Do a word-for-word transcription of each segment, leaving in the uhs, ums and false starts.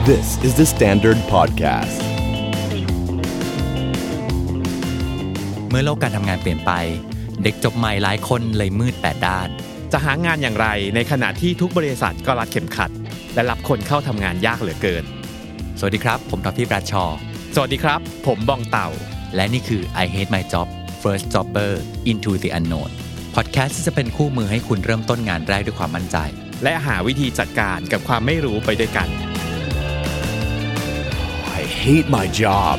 This is the Standard Podcast เมื่อโลกการทำงานเปลี่ยนไปเด็กจบใหม่หลายคนเลยมืดแปดด้านจะหางานอย่างไรในขณะที่ทุกบริษัทก็รัดเข็มขัดและรับคนเข้าทำงานยากเหลือเกินสวัสดีครับผมท็อปปี้ปราชอสวัสดีครับผมบองเต่าและนี่คือ I Hate My Job First Jobber Into the Unknown พอดแคสต์ที่จะเป็นคู่มือให้คุณเริ่มต้นงานแรกด้วยความมั่นใจและหาวิธีจัดการกับความไม่รู้ไปด้วยกัน I hate my job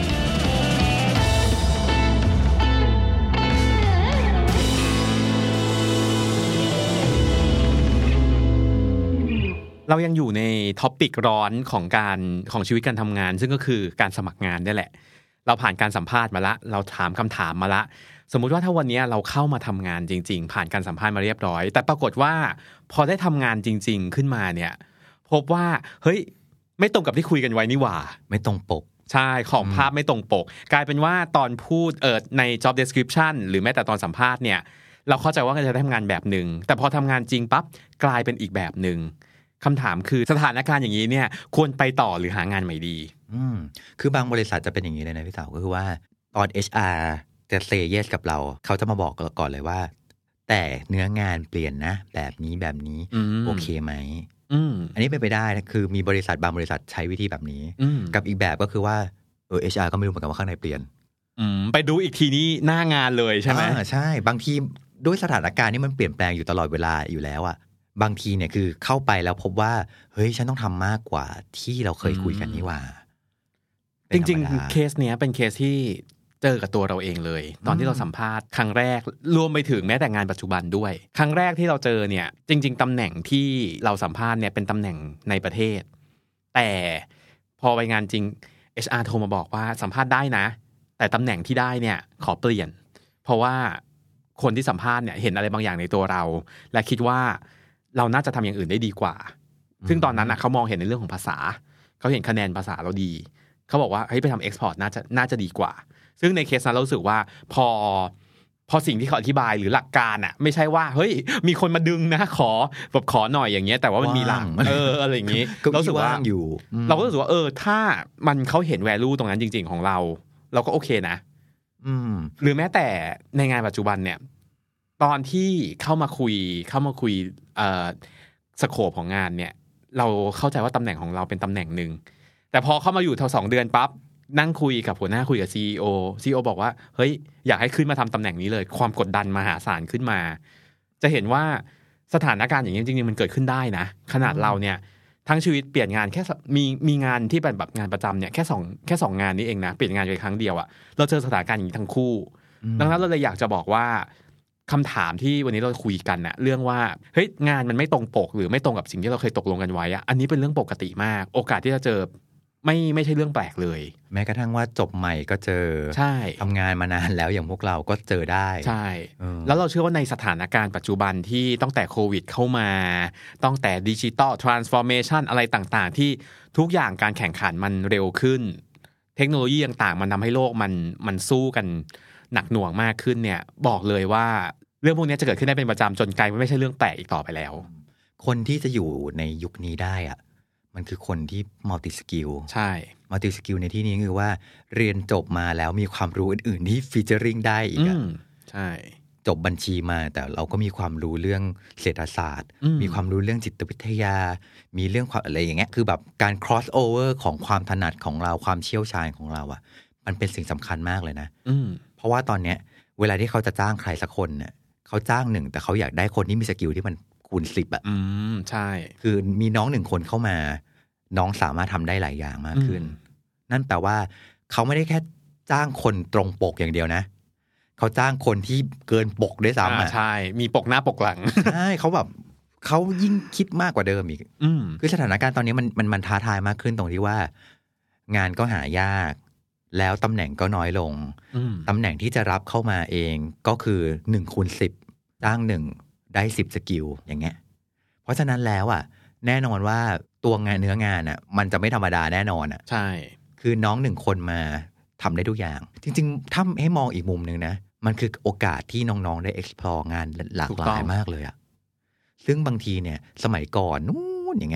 เรายังอยู่ในท็อปิกร้อนของการของชีวิตการทำงานซึ่งก็คือการสมัครงานนี่แหละเราผ่านการสัมภาษณ์มาละเราถามคำถามมาละสมมุติว่าถ้าวันนี้เราเข้ามาทำงานจริงๆผ่านการสัมภาษณ์มาเรียบร้อยแต่ปรากฏว่าพอได้ทำงานจริงๆขึ้นมาเนี่ยพบว่าเฮ้ยไม่ตรงกับที่คุยกันไว้นี่หว่าไม่ตรงปกใช่ของภาพไม่ตรงปกกลายเป็นว่าตอนพูดเอ่อใน job description หรือแม้แต่ตอนสัมภาษณ์เนี่ยเราเข้าใจว่าจะได้ทำงานแบบนึงแต่พอทำงานจริงปั๊บกลายเป็นอีกแบบนึงคำถามคือสถานการณ์อย่างนี้เนี่ยควรไปต่อหรือหางานใหม่ดีอืมคือบางบริษัทจะเป็นอย่างนี้เลยนะพี่สาวก็คือว่าตอน เอช อาร์ จะเซย์เยสกับเราเขาจะมาบอกก่อนเลยว่าแต่เนื้องานเปลี่ยนนะแบบนี้แบบนี้โอเคไหมอันนี้เป็นไปได้คือมีบริษัทบางบริษัทใช้วิธีแบบนี้กับอีกแบบก็คือว่าเออ เอช อาร์ ก็ไม่รู้เหมือนกันว่าข้างในเปลี่ยนไปดูอีกทีนี้หน้างานเลยใช่ไหมใช่บางทีด้วยสถานการณ์นี่มันเปลี่ยนแปลงอยู่ตลอดเวลาอยู่แล้วอะบางทีเนี่ยคือเข้าไปแล้วพบว่าเฮ้ยฉันต้องทำมากกว่าที่เราเคยคุยกันนี่ว่าจริงๆเคสเนี้ยเป็นเคสที่เจอกับตัวเราเองเลยตอนที่เราสัมภาษณ์ครั้งแรกรวมไปถึงแม้แต่งานปัจจุบันด้วยครั้งแรกที่เราเจอเนี่ยจริงๆตำแหน่งที่เราสัมภาษณ์เนี่ยเป็นตำแหน่งในประเทศแต่พอไปงานจริง เอช อาร์ โทรมาบอกว่าสัมภาษณ์ได้นะแต่ตำแหน่งที่ได้เนี่ยขอเปลี่ยนเพราะว่าคนที่สัมภาษณ์เนี่ยเห็นอะไรบางอย่างในตัวเราและคิดว่าเราน่าจะทำอย่างอื่นได้ดีกว่าซึ่งตอนนั้นนะเขามองเห็นในเรื่องของภาษาเขาเห็นคะแนนภาษาเราดีเขาบอกว่าเฮ้ยไปทำเอ็กซ์พอร์ตน่าจะน่าจะดีกว่าซึ่งในเคสนั้นเรารู้สึกว่าพอพอสิ่งที่เขาอธิบายหรือหลักการอ่ะไม่ใช่ว่าเฮ้ยมีคนมาดึงนะขอแบบขอหน่อยอย่างเงี้ยแต่ว่ามันมีหลักเอออะไรอย่างงี้เรารู้สึกว่าอยู่เราก็รู้สึกว่าเออถ้ามันเขาเห็น value ตรงนั้นจริงๆของเราเราก็โอเคนะอืมหรือแม้แต่ในงานปัจจุบันเนี่ยตอนที่เข้ามาคุยเข้ามาคุยเอ่อสโคปของงานเนี่ยเราเข้าใจว่าตำแหน่งของเราเป็นตำแหน่งนึงแต่พอเข้ามาอยู่เท่าสองเดือนปั๊บนั่งคุยกับหัวหน้าคุยกับ ซี อี โอ ซี อี โอ บอกว่าเฮ้ยอยากให้ขึ้นมาทำตำแหน่งนี้เลยความกดดันมหาศาลขึ้นมาจะเห็นว่าสถานการณ์อย่างนี้จริงๆมันเกิดขึ้นได้นะขนาดเราเนี่ยทั้งชีวิตเปลี่ยนงานแค่มีมีงานที่เป็นแบบงานประจำเนี่ยแค่สองแค่สองงานนี้เองนะเปลี่ยนงานไปครั้งเดียวอะเราเจอสถานการณ์อย่างนี้ทั้งคู่ดังนั้นเราเลยอยากจะบอกว่าคำถามที่วันนี้เราคุยกันน่ะเรื่องว่าเฮ้ยงานมันไม่ตรงปกหรือไม่ตรงกับสิ่งที่เราเคยตกลงกันไว้อะอันนี้เป็นเรื่องปกติมากโอกาสที่จะเจอไม่ไม่ใช่เรื่องแปลกเลยแม้กระทั่งว่าจบใหม่ก็เจอใช่ทำงานมานานแล้วอย่างพวกเราก็เจอได้ใช่แล้วเราเชื่อว่าในสถานการณ์ปัจจุบันที่ตั้งแต่โควิดเข้ามาตั้งแต่ดิจิตอลทรานส์ฟอร์เมชันอะไรต่างๆที่ทุกอย่างการแข่งขันมันเร็วขึ้นเทคโนโลยีต่างๆมันทำให้โลกมันมันสู้กันหนักหน่วงมากขึ้นเนี่ยบอกเลยว่าเรื่องพวกนี้จะเกิดขึ้นได้เป็นประจำจนกลายไม่ใช่เรื่องแปลกอีกต่อไปแล้วคนที่จะอยู่ในยุคนี้ได้อะมันคือคนที่มัลติสกิลใช่มัลติสกิลในที่นี้คือว่าเรียนจบมาแล้วมีความรู้อื่นๆที่ฟีเจอริงได้อีกอ่ะใช่จบบัญชีมาแต่เราก็มีความรู้เรื่องเศรษฐศาสตร์มีความรู้เรื่องจิตวิทยามีเรื่องความอะไรอย่างเงี้ยคือแบบการ cross over ของความถนัดของเราความเชี่ยวชาญของเราอ่ะมันเป็นสิ่งสำคัญมากเลยนะเพราะว่าตอนเนี้ยเวลาที่เขาจะจ้างใครสักคนเนี่ยเขาจ้างหนึ่งแต่เขาอยากได้คนที่มีสกิลที่มันคูณสิบอ่ะอืมใช่คือมีน้องหนึ่งคนเข้ามาน้องสามารถทำได้หลายอย่างมากขึ้นนั่นแปลว่าเขาไม่ได้แค่จ้างคนตรงปกอย่างเดียวนะเขาจ้างคนที่เกินปกด้วยซ้ำอ่ะใช่มีปกหน้าปกหลังใช่เขาแบบเขายิ่งคิดมากกว่าเดิมอีกคือสถานการณ์ตอนนี้มันมันมันท้าทายมากขึ้นตรงที่ว่างานก็หายากแล้วตำแหน่งก็น้อยลงตำแหน่งที่จะรับเข้ามาเองก็คือหนึ่งคูณสิบจ้างหนึ่งได้สิบสกิลอย่างเงี้ยเพราะฉะนั้นแล้วอ่ะแน่นอนว่าตัวงานเนื้องานอ่ะมันจะไม่ธรรมดาแน่นอนอ่ะใช่คือน้องหนึ่งคนมาทำได้ทุกอย่างจริงๆถ้าให้มองอีกมุมนึงนะมันคือโอกาสที่น้องๆได้ explore งานหลากหลายมากเลยอ่ะซึ่งบางทีเนี่ยสมัยก่อนนู้นอย่างเงี้ย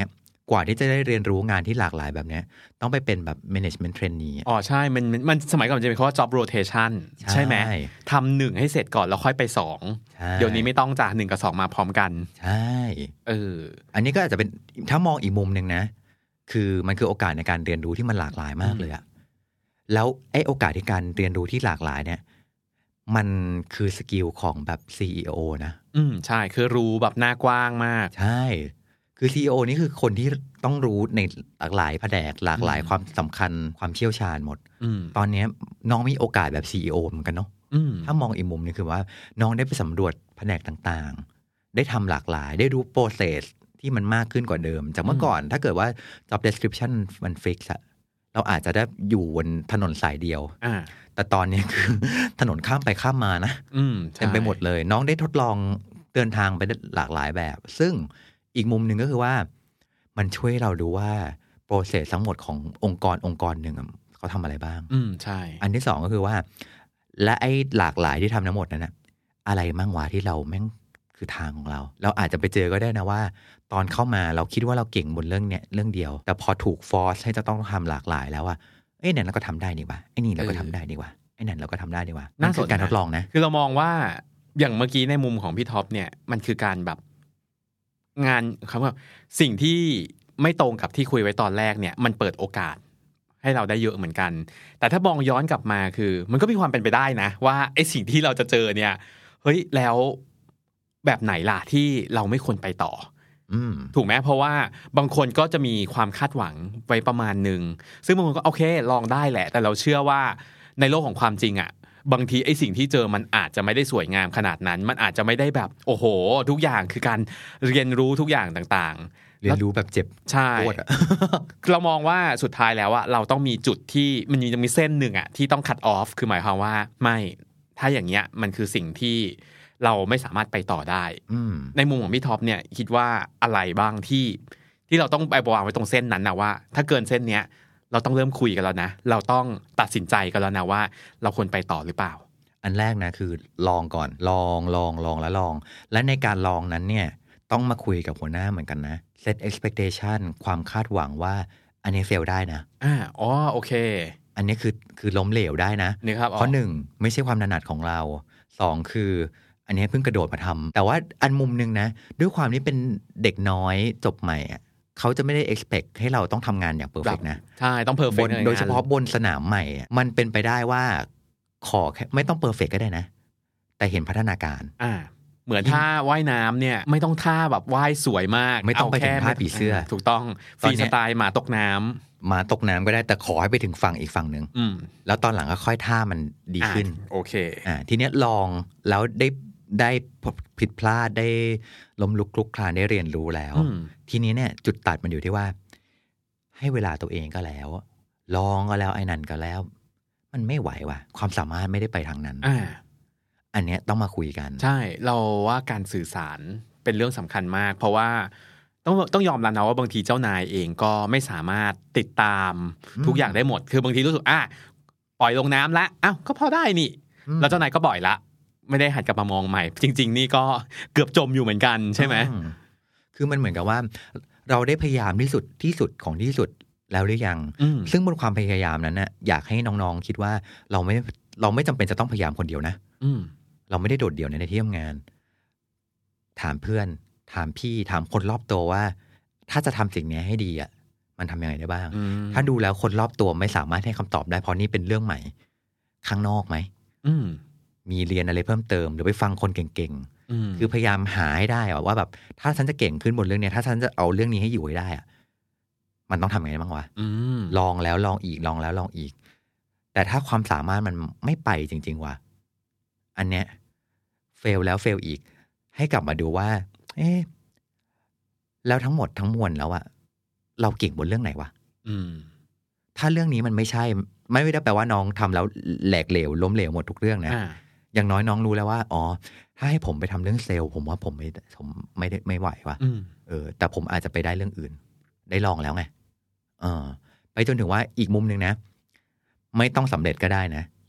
กว่าที่จะได้เรียนรู้งานที่หลากหลายแบบนี้ต้องไปเป็นแบบ management trainee อ๋อใช่มันมันสมัยก่อนจะเป็นคำว่า job rotation ใช่ไหมทำหนึ่งให้เสร็จก่อนแล้วค่อยไปสองเดี๋ยวนี้ไม่ต้องจากหนึ่งกับสองมาพร้อมกันใช่เอออันนี้ก็อาจจะเป็นถ้ามองอีกมุมนึงนะคือมันคือโอกาสในการเรียนรู้ที่มันหลากหลายมากเลยอะแล้วไอ้โอกาสที่การเรียนรู้ที่หลากหลายเนี่ยมันคือสกิลของแบบ ซี อี โอ นะอืมใช่คือรู้แบบหน้ากว้างมากใช่คือ ซี อี โอ นี่คือคนที่ต้องรู้ในหลากหลายแผนกหลากหลายความสำคัญความเชี่ยวชาญหมดตอนนี้น้องมีโอกาสแบบ ซี อี โอ เหมือนกันเนาะถ้ามองอีกมุมนึงคือว่าน้องได้ไปสำรวจแผนกต่างๆได้ทำหลากหลายได้รู้โปรเซสที่มันมากขึ้นกว่าเดิมจากเมื่อก่อนถ้าเกิดว่า job description มัน fix อะเราอาจจะได้อยู่บนถนนสายเดียวแต่ตอนนี้คือถนนข้ามไปข้ามมานะเต็มไปหมดเลยน้องได้ทดลองเดินทางไปได้หลากหลายแบบซึ่งอีกมุมหนึ่งก็คือว่ามันช่วยเราดูว่าโปรเซสทั้งหมดขององค์กรองค์กรหนึ่งเขาทำอะไรบ้างอืมใช่อันที่สองก็คือว่าและไอ้หลากหลายที่ทำทั้งหมดนั้นนะอะไรมั่งวะที่เราแม่งคือทางของเราเราอาจจะไปเจอก็ได้นะว่าตอนเข้ามาเราคิดว่าเราเก่งบนเรื่องเนี้ยเรื่องเดียวแต่พอถูกฟอร์สให้จะต้องทำหลากหลายแล้วว่าเอ้ยเนี่ยเราก็ทำได้นี่วะไอ้นี่เราก็ทำได้นี่วะไอ้นั่นเราก็ทำได้นี่วะนั่นคือการทดลองนะคือเรามองว่าอย่างเมื่อกี้ในมุมของพี่ท็อปเนี่ยมันคือการแบบงานคำว่าสิ่งที่ไม่ตรงกับที่คุยไว้ตอนแรกเนี่ยมันเปิดโอกาสให้เราได้เยอะเหมือนกันแต่ถ้ามองย้อนกลับมาคือมันก็มีความเป็นไปได้นะว่าไอ้สิ่งที่เราจะเจอเนี่ยเฮ้ยแล้วแบบไหนล่ะที่เราไม่ควรไปต่อถูกไหมเพราะว่าบางคนก็จะมีความคาดหวังไว้ประมาณนึงซึ่งบางคนก็โอเคลองได้แหละแต่เราเชื่อว่าในโลกของความจริงอ่ะบางทีไอ้สิ่งที่เจอมันอาจจะไม่ได้สวยงามขนาดนั้นมันอาจจะไม่ได้แบบโอ้โหทุกอย่างคือการเรียนรู้ทุกอย่างต่างๆเรียนรู้แบบเจ็บใช่เรามองว่าสุดท้ายแล้วอะเราต้องมีจุดที่มันจะมีเส้นหนึ่งอะที่ต้องคัตออฟคือหมายความว่าไม่ถ้าอย่างเงี้ยมันคือสิ่งที่เราไม่สามารถไปต่อได้ในมุมของพี่ท็อปเนี่ยคิดว่าอะไรบ้างที่ที่เราต้องไปวางไว้ตรงเส้นนั้นนะว่าถ้าเกินเส้นเนี้ยเราต้องเริ่มคุยกันแล้วนะเราต้องตัดสินใจกันแล้วนะว่าเราควรไปต่อหรือเปล่าอันแรกนะคือลองก่อนลองลองลองแล้วลองและในการลองนั้นเนี่ยต้องมาคุยกับหัวหน้าเหมือนกันนะ set expectation ความคาดหวังว่าอันนี้เฟลได้นะอ่าอ๋อโอเคอันนี้คือคือล้มเหลวได้นะเพราะหนึ่งไม่ใช่ความถนัดของเราสองคืออันนี้เพิ่งกระโดดมาทำแต่ว่าอันมุมนึงนะด้วยความที่เป็นเด็กน้อยจบใหม่เขาจะไม่ได้ expect ให้เราต้องทำงานอย่าง perfect นะใช่ต้อง perfect โดยเฉพาะบนสนามใหม่มันเป็นไปได้ว่าขอแค่ไม่ต้อง perfect ก็ได้นะแต่เห็นพัฒนาการอ่าเหมือนท่าว่ายน้ำเนี่ยไม่ต้องท่าแบบว่ายสวยมากไม่ต้องไปถึงท่าผีเสื้อถูกต้องฟรีสไตล์หมาตกน้ำหมาตกน้ำก็ได้แต่ขอให้ไปถึงฝั่งอีกฝั่งหนึ่งแล้วตอนหลังก็ค่อยท่ามันดีขึ้นโอเคอ่าทีเนี้ยลองแล้วได้ได้ผิดพลาดได้ล้มลุกคลุกคลานได้เรียนรู้แล้วทีนี้เนี่ยจุดตัดมันอยู่ที่ว่าให้เวลาตัวเองก็แล้วลองก็แล้วไอ้นั่นก็แล้วมันไม่ไหวว่ะความสามารถไม่ได้ไปทางนั้นอ, อันเนี้ยต้องมาคุยกันใช่เราว่าการสื่อสารเป็นเรื่องสำคัญมากเพราะว่าต้องต้องยอมรับนะว่าบางทีเจ้านายเองก็ไม่สามารถติดตามทุกอย่างได้หมดคือบางทีรู้สึกอ่ะปล่อยลงน้ำละอ้าวก็พอได้นี่แล้วเจ้านายก็ปล่อยละไม่ได้หันกลับมามองใหม่จริงๆนี่ก็เกือบจมอยู่เหมือนกันใช่ไหมคือมันเหมือนกับว่าเราได้พยายามที่สุดที่สุดของที่สุดแล้วหรือยังซึ่งบนความพยายามนั้นน่ะอยากให้น้องๆคิดว่าเราไม่เราไม่จำเป็นจะต้องพยายามคนเดียวนะเราไม่ได้โดดเดี่ยวในที่ทำงานถามเพื่อนถามพี่ถามคนรอบตัวว่าถ้าจะทำสิ่งนี้ให้ดีอ่ะมันทำยังไงได้บ้างถ้าดูแล้วคนรอบตัวไม่สามารถให้คำตอบได้เพราะนี่เป็นเรื่องใหม่ข้างนอกไหมมีเรียนอะไรเพิ่มเติมหรือไปฟังคนเก่งๆคือพยายามหาให้ได้ว่าแบบถ้าฉันจะเก่งขึ้นบนเรื่องนี้ถ้าฉันจะเอาเรื่องนี้ให้อยู่ให้ได้อ่ะมันต้องทำยังไงบ้างวะลองแล้วลองอีกลองแล้วลองอีกแต่ถ้าความสามารถมันไม่ไปจริงๆว่ะอันเนี้ยเฟลแล้วเฟลอีกให้กลับมาดูว่าเอ๊ะแล้วทั้งหมดทั้งมวลแล้วอะเราเก่งบนเรื่องไหนวะถ้าเรื่องนี้มันไม่ใช่ไม่ได้แปลว่าน้องทำแล้วแหลกเหลวล้มเหลวหมดทุกเรื่องนะอย่างน้อยน้องรู้แล้วว่าอ๋อถ้าให้ผมไปทำเรื่องเซลล์ผมว่าผมไม่ผมไม่ได้ไม่ไหวว่ะเออแต่ผมอาจจะไปได้เรื่องอื่นได้ลองแล้วไงเออไปจนถึงว่าอีกมุมนึงนะไม่ต้องสำเร็จก็ได้นะแต่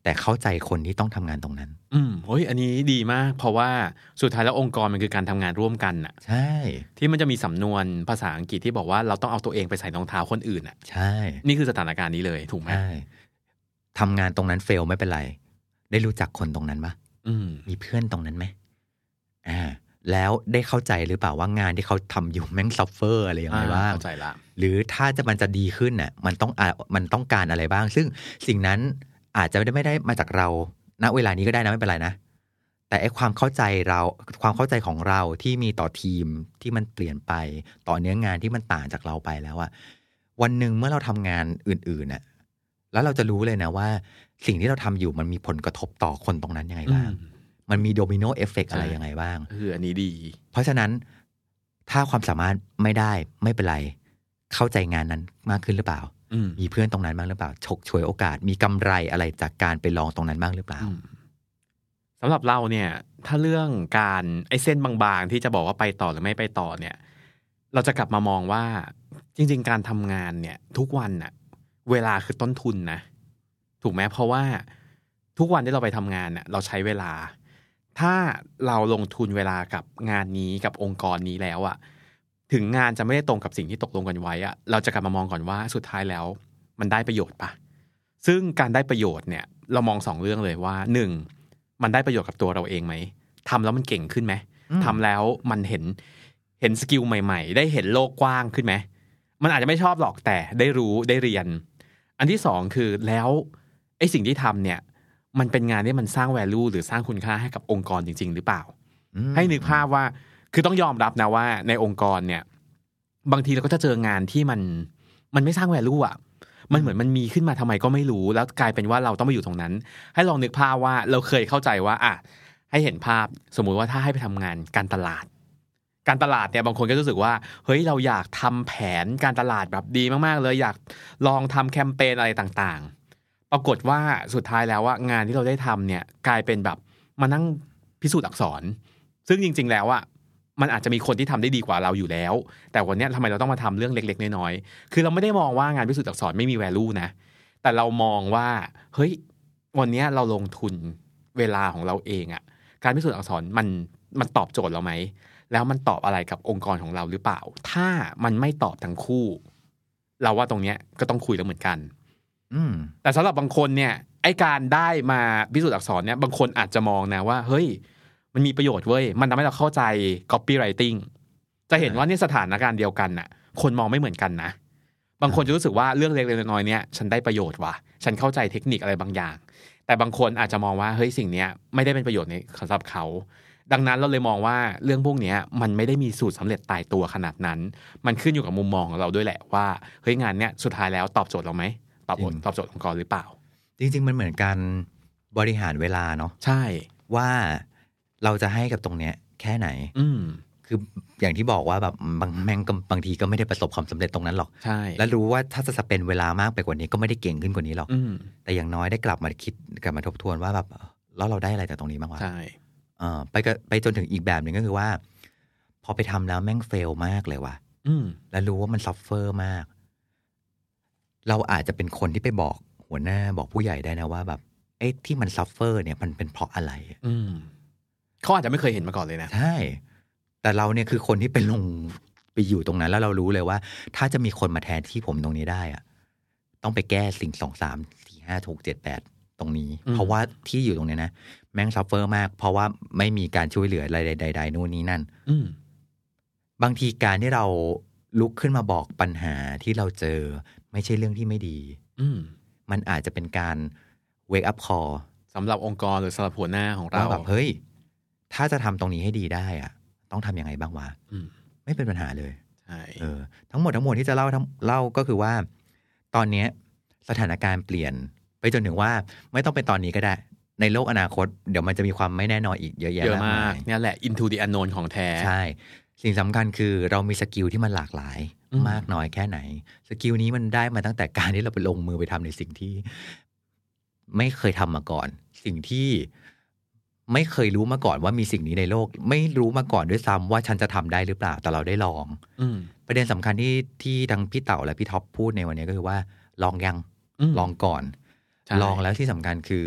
แต่เข้าใจคนที่ต้องทำงานตรงนั้นอืมโอ้ยอันนี้ดีมากเพราะว่าสุดท้ายแล้วองค์กรมันคือการทำงานร่วมกันน่ะใช่ที่มันจะมีสำนวนภาษาอังกฤษที่บอกว่าเราต้องเอาตัวเองไปใส่รองเท้าคนอื่นน่ะใช่นี่คือสถานการณ์นี้เลยถูกไหมใช่ทำงานตรงนั้นเฟลไม่เป็นไรได้รู้จักคนตรงนั้นปะมีเพื่อนตรงนั้นไหมอ่าแล้วได้เข้าใจหรือเปล่าว่างานที่เขาทำอยู่แม่งซัฟเฟอร์อะไรอย่างไรบ้างเข้าใจละหรือถ้าจะมันจะดีขึ้นน่ะมันต้องมันต้องการอะไรบ้างซึ่งสิ่งนั้นอาจจะไม่ได้มาจากเราณเวลานี้ก็ได้นะไม่เป็นไรนะแต่ไอ้ความเข้าใจเราความเข้าใจของเราที่มีต่อทีมที่มันเปลี่ยนไปต่อเนื้องานที่มันต่างจากเราไปแล้วอะวันหนึ่งเมื่อเราทำงานอื่นๆน่ะแล้วเราจะรู้เลยนะว่าสิ่งที่เราทำอยู่มันมีผลกระทบต่อคนตรงนั้นยังไงบ้างมันมีโดมิโนเอฟเฟกต์อะไรยังไงบ้างเอออันนี้ดีเพราะฉะนั้นถ้าความสามารถไม่ได้ไม่เป็นไรเข้าใจงานนั้นมากขึ้นหรือเปล่ามีเพื่อนตรงนั้นบ้างหรือเปล่าฉกฉวยโอกาสมีกำไรอะไรจากการไปลองตรงนั้นบ้างหรือเปล่าสำหรับเราเนี่ยถ้าเรื่องการไอ้เส้นบางๆที่จะบอกว่าไปต่อหรือไม่ไปต่อเนี่ยเราจะกลับมามองว่าจริงๆการทำงานเนี่ยทุกวันน่ะเวลาคือต้นทุนนะถูกไหมเพราะว่าทุกวันที่เราไปทำงานเนี่ยเราใช้เวลาถ้าเราลงทุนเวลากับงานนี้กับองค์กรนี้แล้วอะถึงงานจะไม่ได้ตรงกับสิ่งที่ตกลงกันไว้อะเราจะกลับมามองก่อนว่าสุดท้ายแล้วมันได้ประโยชน์ปะซึ่งการได้ประโยชน์เนี่ยเรามองสองเรื่องเลยว่าหนึ่งมันได้ประโยชน์กับตัวเราเองไหมทำแล้วมันเก่งขึ้นไหมทำแล้วมันเห็นเห็นสกิลใหม่ๆได้เห็นโลกกว้างขึ้นไหมมันอาจจะไม่ชอบหรอกแต่ได้รู้ได้เรียนอันที่สองคือแล้วไอ้สิ่งที่ทำเนี่ยมันเป็นงานที่มันสร้าง value หรือสร้างคุณค่าให้กับองค์กรจริงๆหรือเปล่าให้นึกภาพว่าคือต้องยอมรับนะว่าในองค์กรเนี่ยบางทีเราก็จะเจองานที่มันมันไม่สร้าง value อ่ะมันเหมือนมันมีขึ้นมาทำไมก็ไม่รู้แล้วกลายเป็นว่าเราต้องไปอยู่ตรงนั้นให้ลองนึกภาพว่าเราเคยเข้าใจว่าอ่ะให้เห็นภาพสมมุติว่าถ้าให้ไปทำงานการตลาดการตลาดเนี่ยบางคนก็รู้สึกว่าเฮ้ยเราอยากทำแผนการตลาดแบบดีมากๆเลยอยากลองทำแคมเปญอะไรต่างๆปรากฏว่าสุดท้ายแล้วว่างานที่เราได้ทำเนี่ยกลายเป็นแบบมานั่งพิสูจน์อักษรซึ่งจริงๆแล้วอ่ะมันอาจจะมีคนที่ทำได้ดีกว่าเราอยู่แล้วแต่วันนี้ทำไมเราต้องมาทำเรื่องเล็กๆน้อยๆคือเราไม่ได้มองว่างานพิสูจน์อักษรไม่มี value นะแต่เรามองว่าเฮ้ยวันนี้เราลงทุนเวลาของเราเองอ่ะการพิสูจน์อักษรมันมันตอบโจทย์เราไหมแล้วมันตอบอะไรกับองค์กรของเราหรือเปล่าถ้ามันไม่ตอบทั้งคู่เราว่าตรงเนี้ยก็ต้องคุยแล้วเหมือนกันอืมแต่สำหรับบางคนเนี่ยไอ้การได้มาพิสูจน์อักษรเนี่ยบางคนอาจจะมองนะว่าเฮ้ยมันมีประโยชน์เว้ยมันทำให้เราเข้าใจ copywriting จะเห็นว่านี่สถานการณ์เดียวกันน่ะคนมองไม่เหมือนกันนะบางคนจะรู้สึกว่าเรื่องเล็กๆน้อยๆเนี่ยฉันได้ประโยชน์ว่ะฉันเข้าใจเทคนิคอะไรบางอย่างแต่บางคนอาจจะมองว่าเฮ้ยสิ่งนี้ไม่ได้เป็นประโยชน์ในสำหรับเขาดังนั้นเราเลยมองว่าเรื่องพวกนี้มันไม่ได้มีสูตรสำเร็จตายตัวขนาดนั้นมันขึ้นอยู่กับมุมมองของเราด้วยแหละว่าเฮ้ยงานเนี้ยสุดท้ายแล้วตอบโจทย์เราไหมตอบโจทย์ตอบโจทย์องค์กรหรือเปล่าจริงๆมันเหมือนการบริหารเวลาเนาะใช่ว่าเราจะให้กับตรงเนี้ยแค่ไหนอืมคืออย่างที่บอกว่าแบบบางแม่งบางทีก็ไม่ได้ประสบความสำเร็จตรงนั้นหรอกใช่แล้วรู้ว่าถ้าจะสเปนเวลามากไปกว่านี้ก็ไม่ได้เก่งขึ้นกว่านี้หรอกแต่อย่างน้อยได้กลับมาคิดกลับมาทบทวนว่าแบบแล้วเราได้อะไรจากตรงนี้บ้างวะใช่เออไปก็ไปจนถึงอีกแบบหนึ่งก็คือว่าพอไปทำแล้วแม่งเฟลมากเลยว่ะแล้วรู้ว่ามันซัฟเฟอร์มากเราอาจจะเป็นคนที่ไปบอกหัวหน้าบอกผู้ใหญ่ได้นะว่าแบบไอ้ที่มันซัฟเฟอร์เนี่ยมันเป็นเพราะอะไรอืมเขาอาจจะไม่เคยเห็นมาก่อนเลยนะใช่แต่เราเนี่ยคือคนที่ไปลงไปอยู่ตรงนั้นแล้วเรารู้เลยว่าถ้าจะมีคนมาแทนที่ผมตรงนี้ได้อะต้องไปแก้สิ่งสองสามสี่ห้าหกเจ็ดแปดตรงนี้เพราะว่าที่อยู่ตรงนี้นะแม่งซัฟเฟอร์มากเพราะว่าไม่มีการช่วยเหลืออะไรใดๆนู่นนี่นั่นบางทีการที่เราลุกขึ้นมาบอกปัญหาที่เราเจอไม่ใช่เรื่องที่ไม่ดีมันอาจจะเป็นการ wake up call สำหรับองค์กรหรือสำหรับหัวหน้าของเราแบบเฮ้ยถ้าจะทำตรงนี้ให้ดีได้อะต้องทำยังไงบ้างวะไม่เป็นปัญหาเลยใช่เออทั้งหมดทั้งมวลที่จะเล่าทั้งเล่าก็คือว่าตอนนี้สถานการณ์เปลี่ยนไปจนถึงว่าไม่ต้องเป็นตอนนี้ก็ได้ในโลกอนาคตเดี๋ยวมันจะมีความไม่แน่นอนอีกเยอะแยะมากเนี่ยแหละ into the unknown ของแท้ใช่สิ่งสำคัญคือเรามีสกิลที่มันหลากหลายมากน้อยแค่ไหนสกิลนี้มันได้มาตั้งแต่การที่เราไปลงมือไปทำในสิ่งที่ไม่เคยทำมาก่อนสิ่งที่ไม่เคยรู้มาก่อนว่ามีสิ่งนี้ในโลกไม่รู้มาก่อนด้วยซ้ำว่าฉันจะทำได้หรือเปล่าแต่เราได้ลองประเด็นสำคัญที่ที่ทั้งพี่เต่าและพี่ท็อปพูดในวันนี้ก็คือว่าลองยังลองก่อนลองแล้วที่สำคัญคือ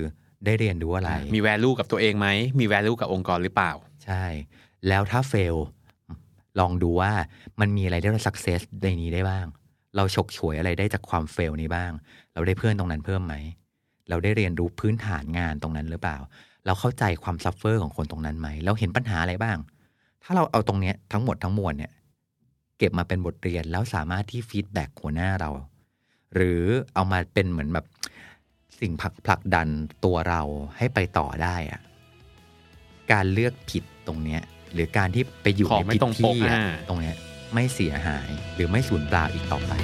ได้เรียนรู้อะไรมี value กับตัวเองไหมมี value กับองค์กรหรือเปล่าใช่แล้วถ้า fail ลองดูว่ามันมีอะไรที่เรา success ในนี้ได้บ้างเราฉกฉวยอะไรได้จากความ fail นี้บ้างเราได้เพื่อนตรงนั้นเพิ่มไหมเราได้เรียนรู้พื้นฐานงานตรงนั้นหรือเปล่าเราเข้าใจความ suffer ของคนตรงนั้นไหมเราเห็นปัญหาอะไรบ้างถ้าเราเอาตรงเนี้ยทั้งหมดทั้งมวลเนี่ยเก็บมาเป็นบทเรียนแล้วสามารถที่ feedback หัวหน้าเราหรือเอามาเป็นเหมือนแบบสิ่งผลักผลักดันตัวเราให้ไปต่อได้อะการเลือกผิดตรงเนี้ยหรือการที่ไปอยู่ในผิดที่ตรงเนี้ยไม่เสียหายหรือไม่สูญเปล่าอีกต่อไป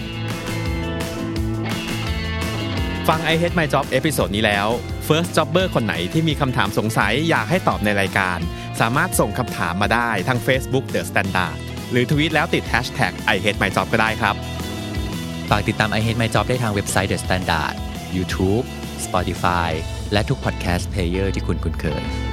ฟัง I Hate My Job เอพิโซดนี้แล้ว First Jobber คนไหนที่มีคำถามสงสัยอยากให้ตอบในรายการสามารถส่งคำถามมาได้ทาง Facebook The Standard หรือทวีตแล้วติด hashtag I Hate My Job ก็ได้ครับฝากติดตาม I Hate My Job ได้ทางเว็บไซต์ The Standard YouTube Spotify และทุก podcast player ที่คุณคุ้นเคย